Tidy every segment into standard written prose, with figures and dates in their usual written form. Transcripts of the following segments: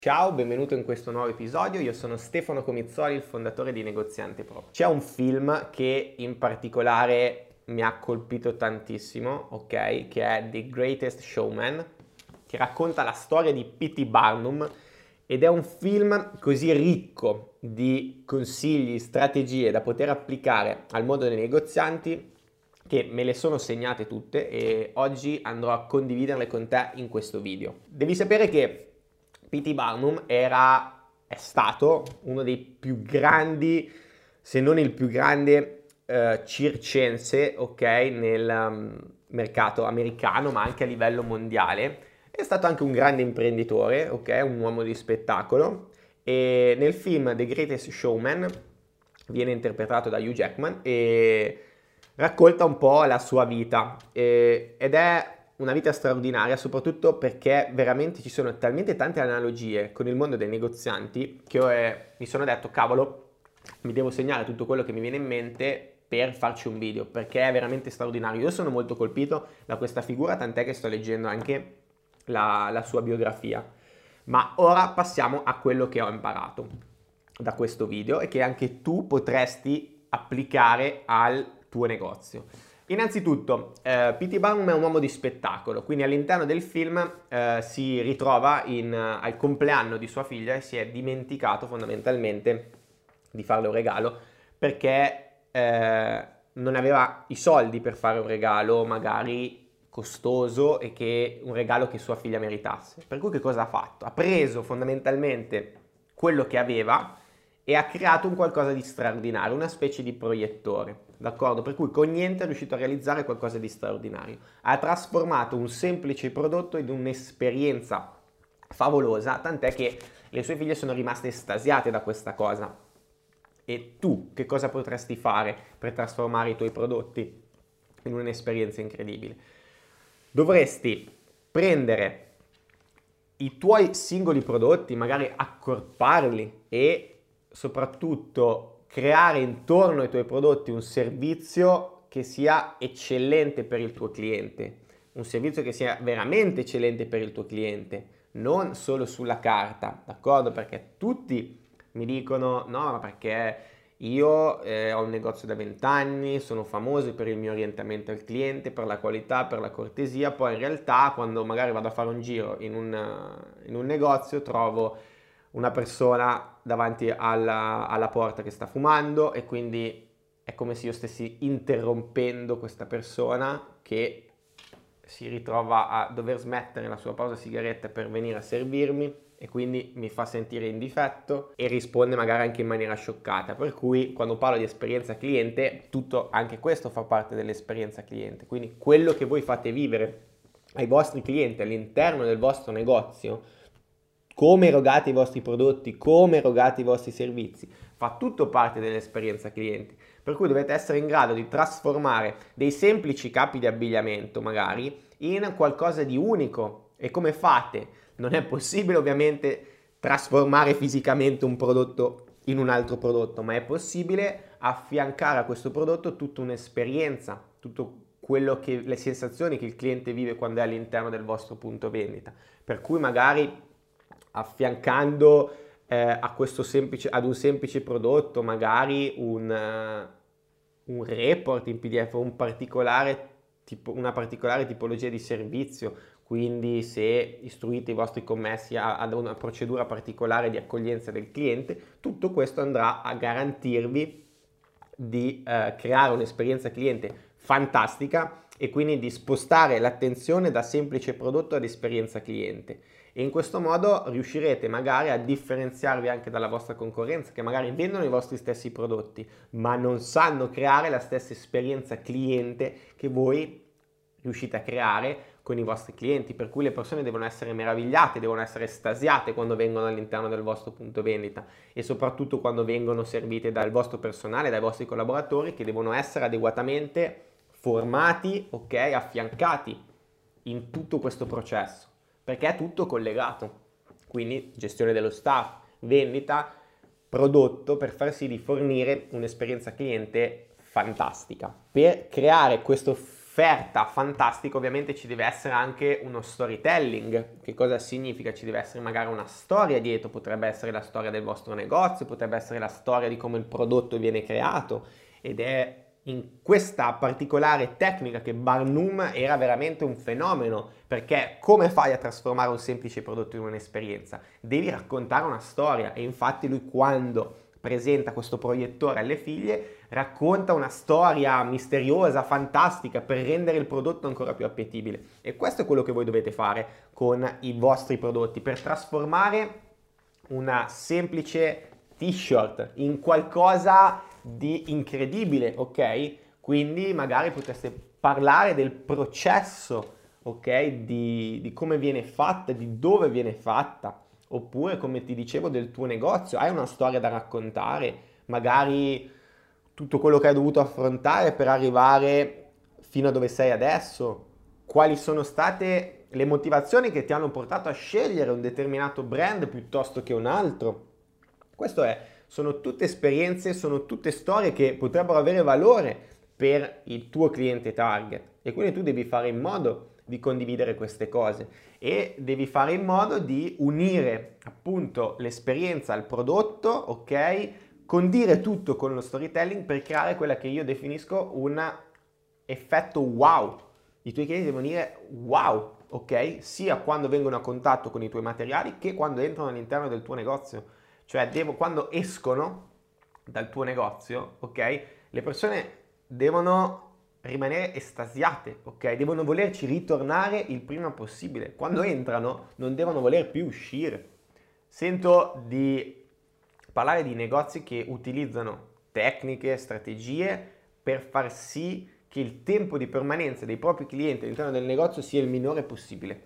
Ciao, benvenuto in questo nuovo episodio, io sono Stefano Comizzoli, il fondatore di Negoziante Pro. C'è un film che in particolare mi ha colpito tantissimo, ok? Che è The Greatest Showman, che racconta la storia di P.T. Barnum ed è un film così ricco di consigli, strategie da poter applicare al mondo dei negozianti che me le sono segnate tutte e oggi andrò a condividerle con te in questo video. Devi sapere che P.T. Barnum è stato uno dei più grandi, se non il più grande circense, ok, nel mercato americano, ma anche a livello mondiale. È stato anche un grande imprenditore, ok, un uomo di spettacolo. E nel film The Greatest Showman viene interpretato da Hugh Jackman e racconta un po' la sua vita ed è una vita straordinaria, soprattutto perché veramente ci sono talmente tante analogie con il mondo dei negozianti che mi sono detto, cavolo, mi devo segnare tutto quello che mi viene in mente per farci un video, perché è veramente straordinario. Io sono molto colpito da questa figura, tant'è che sto leggendo anche la sua biografia. Ma ora passiamo a quello che ho imparato da questo video e che anche tu potresti applicare al tuo negozio. Innanzitutto, P.T. Barnum è un uomo di spettacolo, quindi all'interno del film si ritrova al compleanno di sua figlia e si è dimenticato fondamentalmente di farle un regalo perché non aveva i soldi per fare un regalo magari costoso e un regalo che sua figlia meritasse. Per cui che cosa ha fatto? Ha preso fondamentalmente quello che aveva e ha creato un qualcosa di straordinario, una specie di proiettore, d'accordo? Per cui con niente è riuscito a realizzare qualcosa di straordinario. Ha trasformato un semplice prodotto in un'esperienza favolosa, tant'è che le sue figlie sono rimaste estasiate da questa cosa. E tu che cosa potresti fare per trasformare i tuoi prodotti in un'esperienza incredibile? Dovresti prendere i tuoi singoli prodotti, magari accorparli e soprattutto creare intorno ai tuoi prodotti un servizio che sia eccellente per il tuo cliente, un servizio che sia veramente eccellente per il tuo cliente, non solo sulla carta, d'accordo? Perché tutti mi dicono no, ma perché io ho un negozio da 20 anni, sono famoso per il mio orientamento al cliente, per la qualità, per la cortesia, poi in realtà quando magari vado a fare un giro in un negozio trovo una persona davanti alla porta che sta fumando e quindi è come se io stessi interrompendo questa persona che si ritrova a dover smettere la sua pausa sigaretta per venire a servirmi e quindi mi fa sentire in difetto e risponde magari anche in maniera scioccata. Per cui quando parlo di esperienza cliente, tutto anche questo fa parte dell'esperienza cliente. Quindi quello che voi fate vivere ai vostri clienti all'interno del vostro negozio, come erogate i vostri prodotti, come erogate i vostri servizi, fa tutto parte dell'esperienza cliente. Per cui dovete essere in grado di trasformare dei semplici capi di abbigliamento magari in qualcosa di unico. E come fate? Non è possibile ovviamente trasformare fisicamente un prodotto in un altro prodotto, ma è possibile affiancare a questo prodotto tutta un'esperienza, tutto quello che le sensazioni che il cliente vive quando è all'interno del vostro punto vendita. Per cui magari affiancando ad un semplice prodotto, magari un report in PDF, una particolare tipologia di servizio, quindi se istruite i vostri commessi ad una procedura particolare di accoglienza del cliente, tutto questo andrà a garantirvi di creare un'esperienza cliente fantastica e quindi di spostare l'attenzione da semplice prodotto ad esperienza cliente. E in questo modo riuscirete magari a differenziarvi anche dalla vostra concorrenza che magari vendono i vostri stessi prodotti ma non sanno creare la stessa esperienza cliente che voi riuscite a creare con i vostri clienti, per cui le persone devono essere meravigliate, devono essere estasiate quando vengono all'interno del vostro punto vendita e soprattutto quando vengono servite dal vostro personale, dai vostri collaboratori che devono essere adeguatamente formati, ok, affiancati in tutto questo processo perché è tutto collegato. Quindi gestione dello staff, vendita, prodotto per far sì di fornire un'esperienza cliente fantastica. Per creare questo un'offerta fantastica, ovviamente ci deve essere anche uno storytelling. Che cosa significa? Ci deve essere magari una storia dietro, potrebbe essere la storia del vostro negozio, potrebbe essere la storia di come il prodotto viene creato, ed è in questa particolare tecnica che Barnum era veramente un fenomeno, perché come fai a trasformare un semplice prodotto in un'esperienza? Devi raccontare una storia, e infatti lui, quando presenta questo proiettore alle figlie, racconta una storia misteriosa, fantastica, per rendere il prodotto ancora più appetibile. E questo è quello che voi dovete fare con i vostri prodotti, per trasformare una semplice t-shirt in qualcosa di incredibile, ok? Quindi magari potreste parlare del processo, ok? Di come viene fatta, di dove viene fatta, oppure, come ti dicevo, del tuo negozio. Hai una storia da raccontare, magari tutto quello che hai dovuto affrontare per arrivare fino a dove sei adesso, quali sono state le motivazioni che ti hanno portato a scegliere un determinato brand piuttosto che un altro. Sono tutte esperienze, sono tutte storie che potrebbero avere valore per il tuo cliente target, e quindi tu devi fare in modo di condividere queste cose e devi fare in modo di unire appunto l'esperienza al prodotto, ok? Condire tutto con lo storytelling per creare quella che io definisco un effetto wow. I tuoi clienti devono dire wow, ok? Sia quando vengono a contatto con i tuoi materiali che quando entrano all'interno del tuo negozio. Cioè, quando escono dal tuo negozio, ok? Le persone devono rimanere estasiate, ok? Devono volerci ritornare il prima possibile. Quando entrano non devono voler più uscire. Sento di parlare di negozi che utilizzano tecniche, strategie per far sì che il tempo di permanenza dei propri clienti all'interno del negozio sia il minore possibile.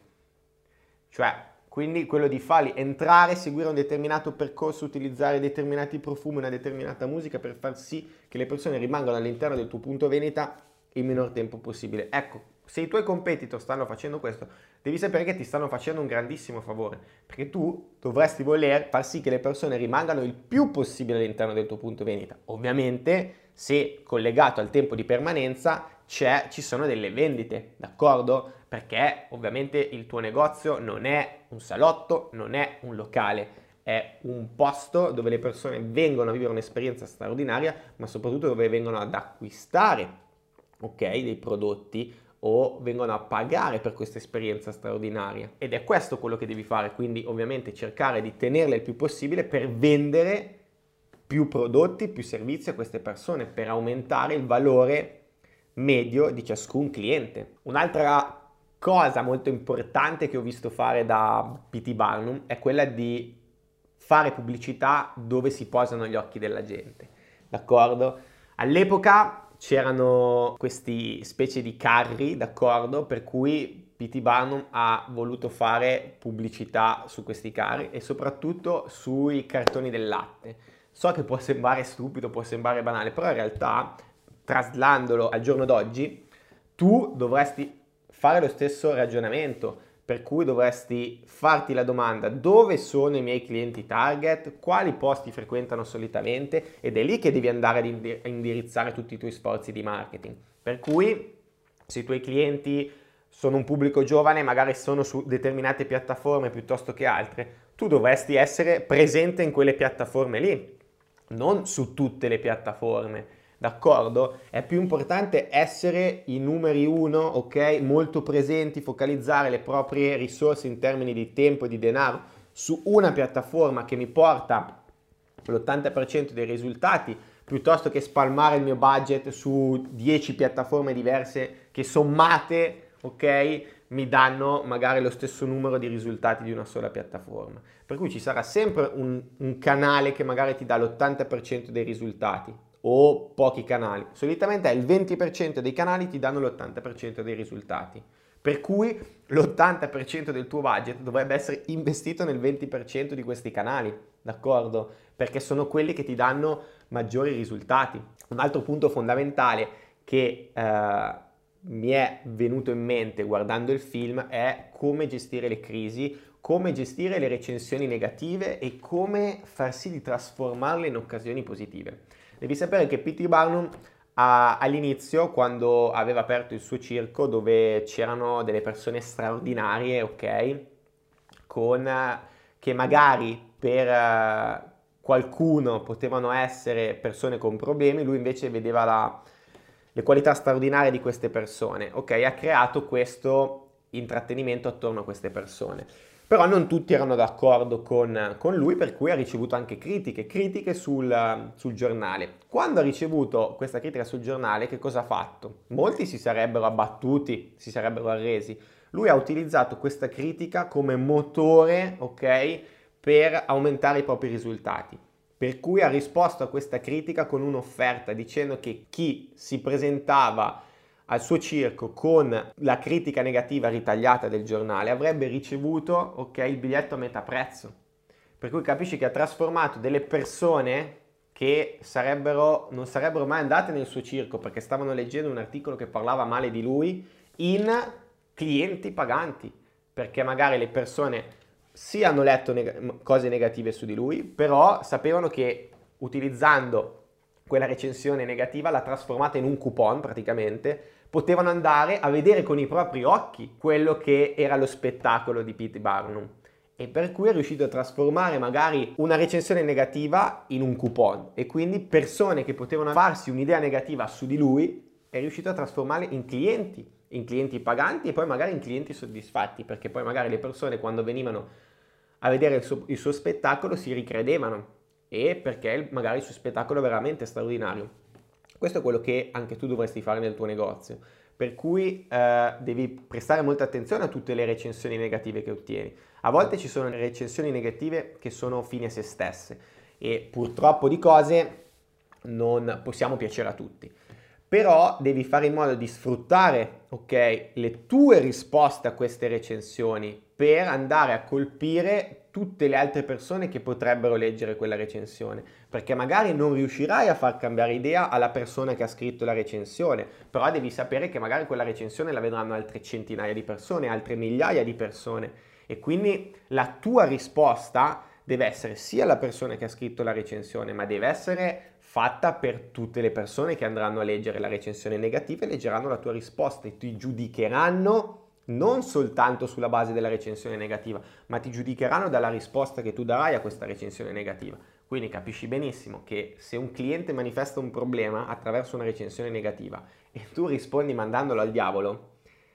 Cioè, quindi quello di farli entrare, seguire un determinato percorso, utilizzare determinati profumi, una determinata musica per far sì che le persone rimangano all'interno del tuo punto vendita il minor tempo possibile. Ecco, se i tuoi competitor stanno facendo questo, devi sapere che ti stanno facendo un grandissimo favore, perché tu dovresti voler far sì che le persone rimangano il più possibile all'interno del tuo punto vendita. Ovviamente, se collegato al tempo di permanenza ci sono delle vendite, d'accordo? Perché ovviamente il tuo negozio non è un salotto, non è un locale, è un posto dove le persone vengono a vivere un'esperienza straordinaria, ma soprattutto dove vengono ad acquistare, ok, dei prodotti, o vengono a pagare per questa esperienza straordinaria. Ed è questo quello che devi fare, quindi ovviamente cercare di tenerle il più possibile per vendere più prodotti, più servizi a queste persone, per aumentare il valore medio di ciascun cliente. Un'altra cosa molto importante che ho visto fare da PT Barnum è quella di fare pubblicità dove si posano gli occhi della gente, d'accordo? All'epoca c'erano questi specie di carri, d'accordo, per cui PT Barnum ha voluto fare pubblicità su questi carri e soprattutto sui cartoni del latte. So che può sembrare stupido, può sembrare banale, però in realtà, traslandolo al giorno d'oggi, tu dovresti fare lo stesso ragionamento, per cui dovresti farti la domanda: dove sono i miei clienti target, quali posti frequentano solitamente, ed è lì che devi andare a indirizzare tutti i tuoi sforzi di marketing. Per cui, se i tuoi clienti sono un pubblico giovane, magari sono su determinate piattaforme piuttosto che altre, tu dovresti essere presente in quelle piattaforme lì, non su tutte le piattaforme. D'accordo? È più importante essere i numeri uno, ok? Molto presenti, focalizzare le proprie risorse in termini di tempo e di denaro su una piattaforma che mi porta l'80% dei risultati, piuttosto che spalmare il mio budget su 10 piattaforme diverse che sommate, ok, mi danno magari lo stesso numero di risultati di una sola piattaforma. Per cui ci sarà sempre un canale che magari ti dà l'80% dei risultati, o pochi canali. Solitamente il 20% dei canali ti danno l'80% dei risultati. Per cui l'80% del tuo budget dovrebbe essere investito nel 20% di questi canali, d'accordo? Perché sono quelli che ti danno maggiori risultati. Un altro punto fondamentale che mi è venuto in mente guardando il film è come gestire le crisi, come gestire le recensioni negative e come far sì di trasformarle in occasioni positive. Devi sapere che PT Barnum all'inizio, quando aveva aperto il suo circo, dove c'erano delle persone straordinarie, ok? Che magari per qualcuno potevano essere persone con problemi, lui invece vedeva le qualità straordinarie di queste persone, ok? Ha creato questo intrattenimento attorno a queste persone. Però non tutti erano d'accordo con lui, per cui ha ricevuto anche critiche sul giornale. Quando ha ricevuto questa critica sul giornale, che cosa ha fatto? Molti si sarebbero abbattuti, si sarebbero arresi. Lui ha utilizzato questa critica come motore, ok, per aumentare i propri risultati. Per cui ha risposto a questa critica con un'offerta dicendo che chi si presentava al suo circo con la critica negativa ritagliata del giornale avrebbe ricevuto, ok, il biglietto a metà prezzo. Per cui capisci che ha trasformato delle persone che non sarebbero mai andate nel suo circo perché stavano leggendo un articolo che parlava male di lui in clienti paganti, perché magari le persone sì hanno letto cose negative su di lui, però sapevano che utilizzando quella recensione negativa l'ha trasformata in un coupon praticamente, potevano andare a vedere con i propri occhi quello che era lo spettacolo di P.T. Barnum. E per cui è riuscito a trasformare magari una recensione negativa in un coupon, e quindi persone che potevano farsi un'idea negativa su di lui è riuscito a trasformarle in clienti paganti e poi magari in clienti soddisfatti, perché poi magari le persone quando venivano a vedere il suo spettacolo si ricredevano, e perché magari il suo spettacolo è veramente straordinario. Questo è quello che anche tu dovresti fare nel tuo negozio, per cui devi prestare molta attenzione a tutte le recensioni negative che ottieni. A volte ci sono recensioni negative che sono fini a se stesse e purtroppo di cose non possiamo piacere a tutti. Però devi fare in modo di sfruttare, ok, le tue risposte a queste recensioni per andare a colpire tutte le altre persone che potrebbero leggere quella recensione, perché magari non riuscirai a far cambiare idea alla persona che ha scritto la recensione, però devi sapere che magari quella recensione la vedranno altre centinaia di persone, altre migliaia di persone, e quindi la tua risposta deve essere sia la persona che ha scritto la recensione, ma deve essere fatta per tutte le persone che andranno a leggere la recensione negativa e leggeranno la tua risposta e ti giudicheranno non soltanto sulla base della recensione negativa, ma ti giudicheranno dalla risposta che tu darai a questa recensione negativa. Quindi capisci benissimo che se un cliente manifesta un problema attraverso una recensione negativa e tu rispondi mandandolo al diavolo,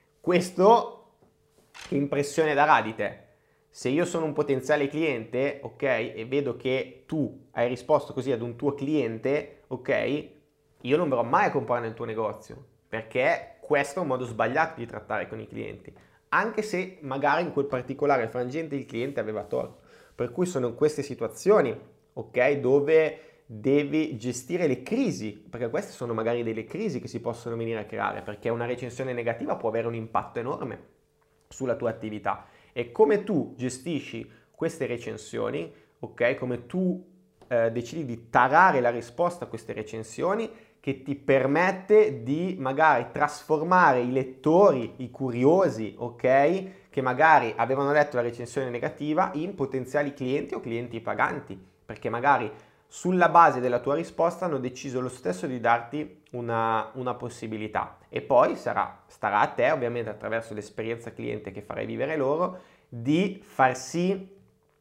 questo che impressione darà di te? Se io sono un potenziale cliente, ok, e vedo che tu hai risposto così ad un tuo cliente, ok, io non verrò mai a comprare nel tuo negozio, perché questo è un modo sbagliato di trattare con i clienti, anche se magari in quel particolare frangente il cliente aveva torto. Per cui sono in queste situazioni, ok, dove devi gestire le crisi, perché queste sono magari delle crisi che si possono venire a creare, perché una recensione negativa può avere un impatto enorme sulla tua attività. E come tu gestisci queste recensioni, ok? Come tu decidi di tarare la risposta a queste recensioni, che ti permette di magari trasformare i lettori, i curiosi, ok? Che magari avevano letto la recensione negativa in potenziali clienti o clienti paganti, perché magari sulla base della tua risposta hanno deciso lo stesso di darti una possibilità, e poi starà a te, ovviamente attraverso l'esperienza cliente che farai vivere loro, di far sì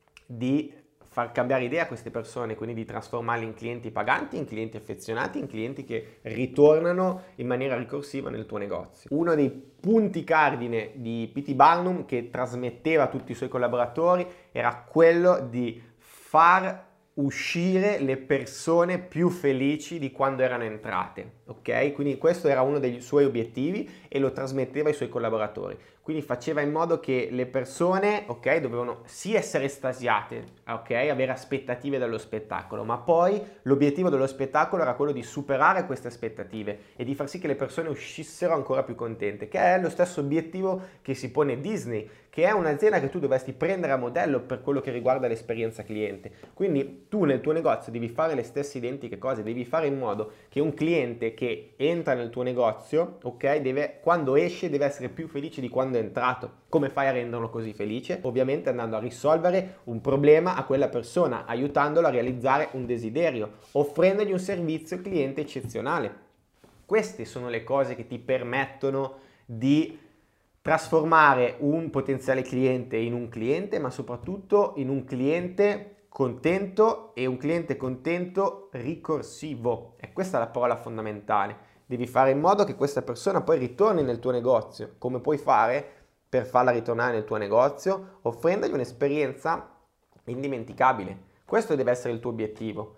di far cambiare idea a queste persone, quindi di trasformarli in clienti paganti, in clienti affezionati, in clienti che ritornano in maniera ricorsiva nel tuo negozio. Uno dei punti cardine di P.T. Barnum che trasmetteva a tutti i suoi collaboratori era quello di far uscire le persone più felici di quando erano entrate, ok? Quindi questo era uno dei suoi obiettivi e lo trasmetteva ai suoi collaboratori. Quindi faceva in modo che le persone, ok, dovevano sì essere estasiate, ok, avere aspettative dallo spettacolo, ma poi l'obiettivo dello spettacolo era quello di superare queste aspettative e di far sì che le persone uscissero ancora più contente, che è lo stesso obiettivo che si pone Disney, che è un'azienda che tu dovresti prendere a modello per quello che riguarda l'esperienza cliente. Quindi tu nel tuo negozio devi fare le stesse identiche cose, devi fare in modo che un cliente che entra nel tuo negozio, ok, quando esce deve essere più felice di quando è entrato. Come fai a renderlo così felice? Ovviamente andando a risolvere un problema a quella persona, aiutandolo a realizzare un desiderio, offrendogli un servizio cliente eccezionale. Queste sono le cose che ti permettono di trasformare un potenziale cliente in un cliente, ma soprattutto in un cliente contento, e un cliente contento ricorsivo. E questa è la parola fondamentale. Devi fare in modo che questa persona poi ritorni nel tuo negozio. Come puoi fare per farla ritornare nel tuo negozio? Offrendogli un'esperienza indimenticabile. Questo deve essere il tuo obiettivo.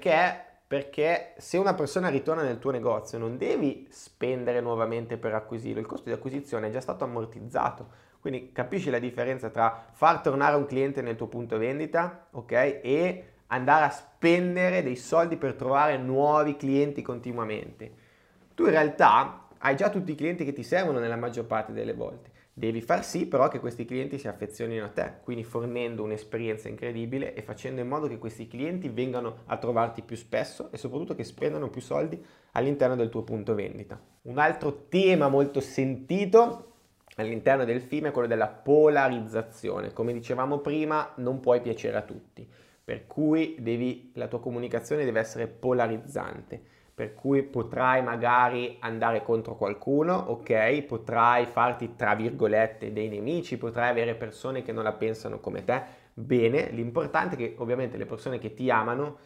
Perché se una persona ritorna nel tuo negozio non devi spendere nuovamente per acquisirlo, il costo di acquisizione è già stato ammortizzato. Quindi capisci la differenza tra far tornare un cliente nel tuo punto vendita, ok? E andare a spendere dei soldi per trovare nuovi clienti continuamente. Tu in realtà hai già tutti i clienti che ti servono nella maggior parte delle volte. Devi far sì però che questi clienti si affezionino a te, quindi fornendo un'esperienza incredibile e facendo in modo che questi clienti vengano a trovarti più spesso e soprattutto che spendano più soldi all'interno del tuo punto vendita. Un altro tema molto sentito all'interno del film è quello della polarizzazione. Come dicevamo prima, non puoi piacere a tutti, per cui la tua comunicazione deve essere polarizzante. Per cui potrai magari andare contro qualcuno, ok? Potrai farti, tra virgolette, dei nemici, potrai avere persone che non la pensano come te. Bene, l'importante è che ovviamente le persone che ti amano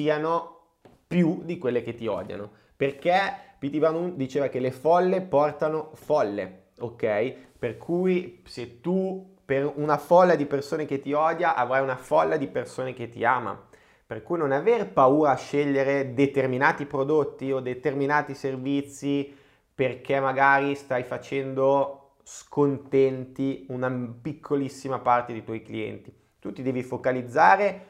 siano più di quelle che ti odiano. Perché P.T. Barnum diceva che le folle portano folle, ok? Per cui se tu per una folla di persone che ti odia avrai una folla di persone che ti ama. Per cui non aver paura a scegliere determinati prodotti o determinati servizi perché magari stai facendo scontenti una piccolissima parte dei tuoi clienti. Tu ti devi focalizzare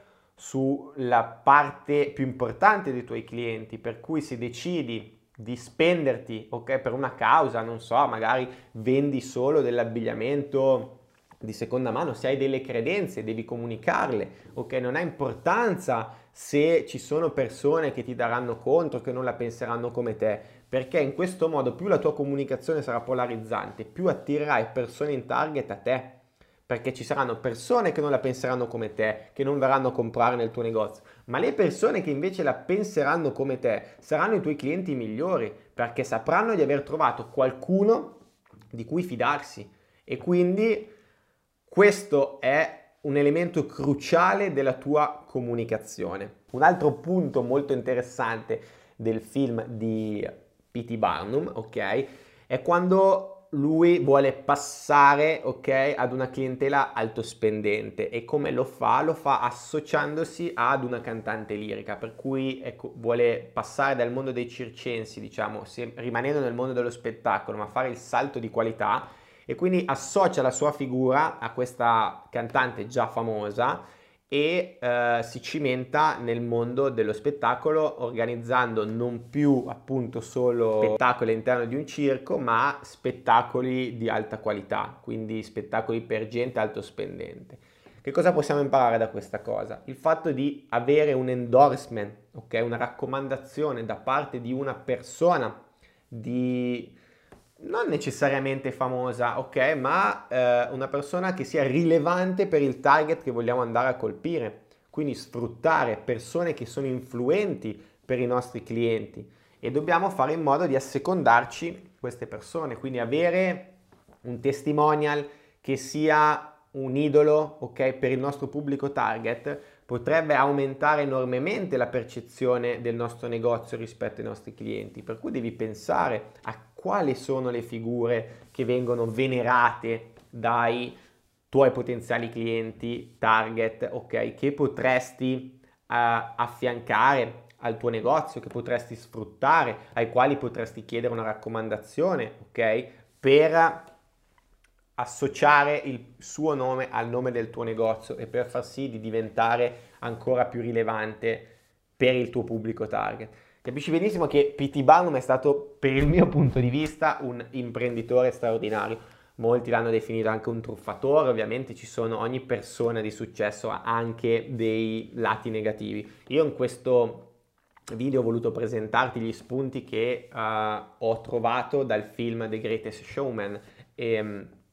sulla parte più importante dei tuoi clienti, per cui se decidi di spenderti, ok, per una causa, non so, magari vendi solo dell'abbigliamento di seconda mano, se hai delle credenze devi comunicarle, ok? Non ha importanza se ci sono persone che ti daranno contro, che non la penseranno come te, perché in questo modo più la tua comunicazione sarà polarizzante, più attirerai persone in target a te, perché ci saranno persone che non la penseranno come te, che non verranno a comprare nel tuo negozio, ma le persone che invece la penseranno come te saranno i tuoi clienti migliori, perché sapranno di aver trovato qualcuno di cui fidarsi e quindi questo è un elemento cruciale della tua comunicazione. Un altro punto molto interessante del film di P.T. Barnum, ok, è quando lui vuole passare, ok, ad una clientela altospendente. E come lo fa? Lo fa associandosi ad una cantante lirica, per cui ecco, vuole passare dal mondo dei circensi, diciamo, rimanendo nel mondo dello spettacolo, ma fare il salto di qualità, e quindi associa la sua figura a questa cantante già famosa e si cimenta nel mondo dello spettacolo, organizzando non più appunto solo spettacoli all'interno di un circo, ma spettacoli di alta qualità, quindi spettacoli per gente alto spendente. Che cosa possiamo imparare da questa cosa? Il fatto di avere un endorsement, ok? Una raccomandazione da parte di una persona non necessariamente famosa, ok, ma una persona che sia rilevante per il target che vogliamo andare a colpire. Quindi sfruttare persone che sono influenti per i nostri clienti e dobbiamo fare in modo di assecondarci queste persone, quindi avere un testimonial che sia un idolo, ok, per il nostro pubblico target potrebbe aumentare enormemente la percezione del nostro negozio rispetto ai nostri clienti, per cui devi pensare a quali sono le figure che vengono venerate dai tuoi potenziali clienti target, ok, che potresti affiancare al tuo negozio, che potresti sfruttare, ai quali potresti chiedere una raccomandazione, ok, per associare il suo nome al nome del tuo negozio e per far sì di diventare ancora più rilevante per il tuo pubblico target. Capisci benissimo che P.T. Barnum è stato, per il mio punto di vista, un imprenditore straordinario. Molti l'hanno definito anche un truffatore, ovviamente ogni persona di successo ha anche dei lati negativi. Io in questo video ho voluto presentarti gli spunti che ho trovato dal film The Greatest Showman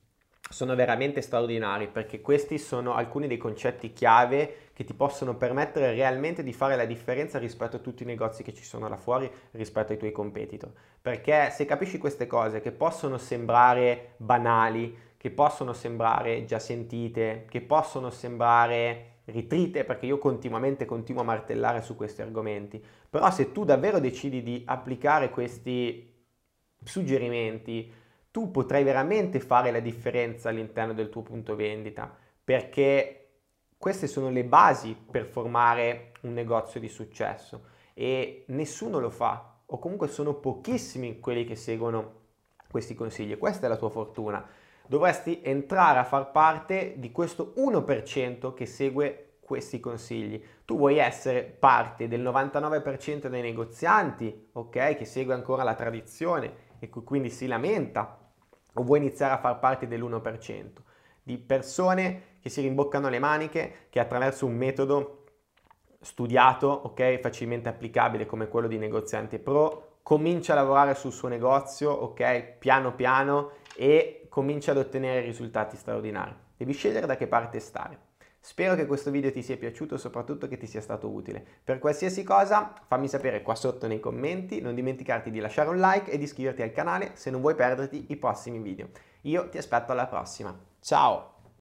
sono veramente straordinari, perché questi sono alcuni dei concetti chiave che ti possono permettere realmente di fare la differenza rispetto a tutti i negozi che ci sono là fuori, rispetto ai tuoi competitor. Perché se capisci queste cose che possono sembrare banali, che possono sembrare già sentite, che possono sembrare ritrite, perché io continuo a martellare su questi argomenti, però se tu davvero decidi di applicare questi suggerimenti, tu potrai veramente fare la differenza all'interno del tuo punto vendita, perché queste sono le basi per formare un negozio di successo e nessuno lo fa, o comunque sono pochissimi quelli che seguono questi consigli. Questa è la tua fortuna. Dovresti entrare a far parte di questo 1% che segue questi consigli. Tu vuoi essere parte del 99% dei negozianti, ok, che segue ancora la tradizione e quindi si lamenta, o vuoi iniziare a far parte dell'1% di persone che si rimboccano le maniche, che attraverso un metodo studiato, ok, facilmente applicabile come quello di Negoziante Pro, comincia a lavorare sul suo negozio, ok, piano piano, e comincia ad ottenere risultati straordinari. Devi scegliere da che parte stare. Spero che questo video ti sia piaciuto e soprattutto che ti sia stato utile. Per qualsiasi cosa fammi sapere qua sotto nei commenti, non dimenticarti di lasciare un like e di iscriverti al canale se non vuoi perderti i prossimi video. Io ti aspetto alla prossima. Ciao!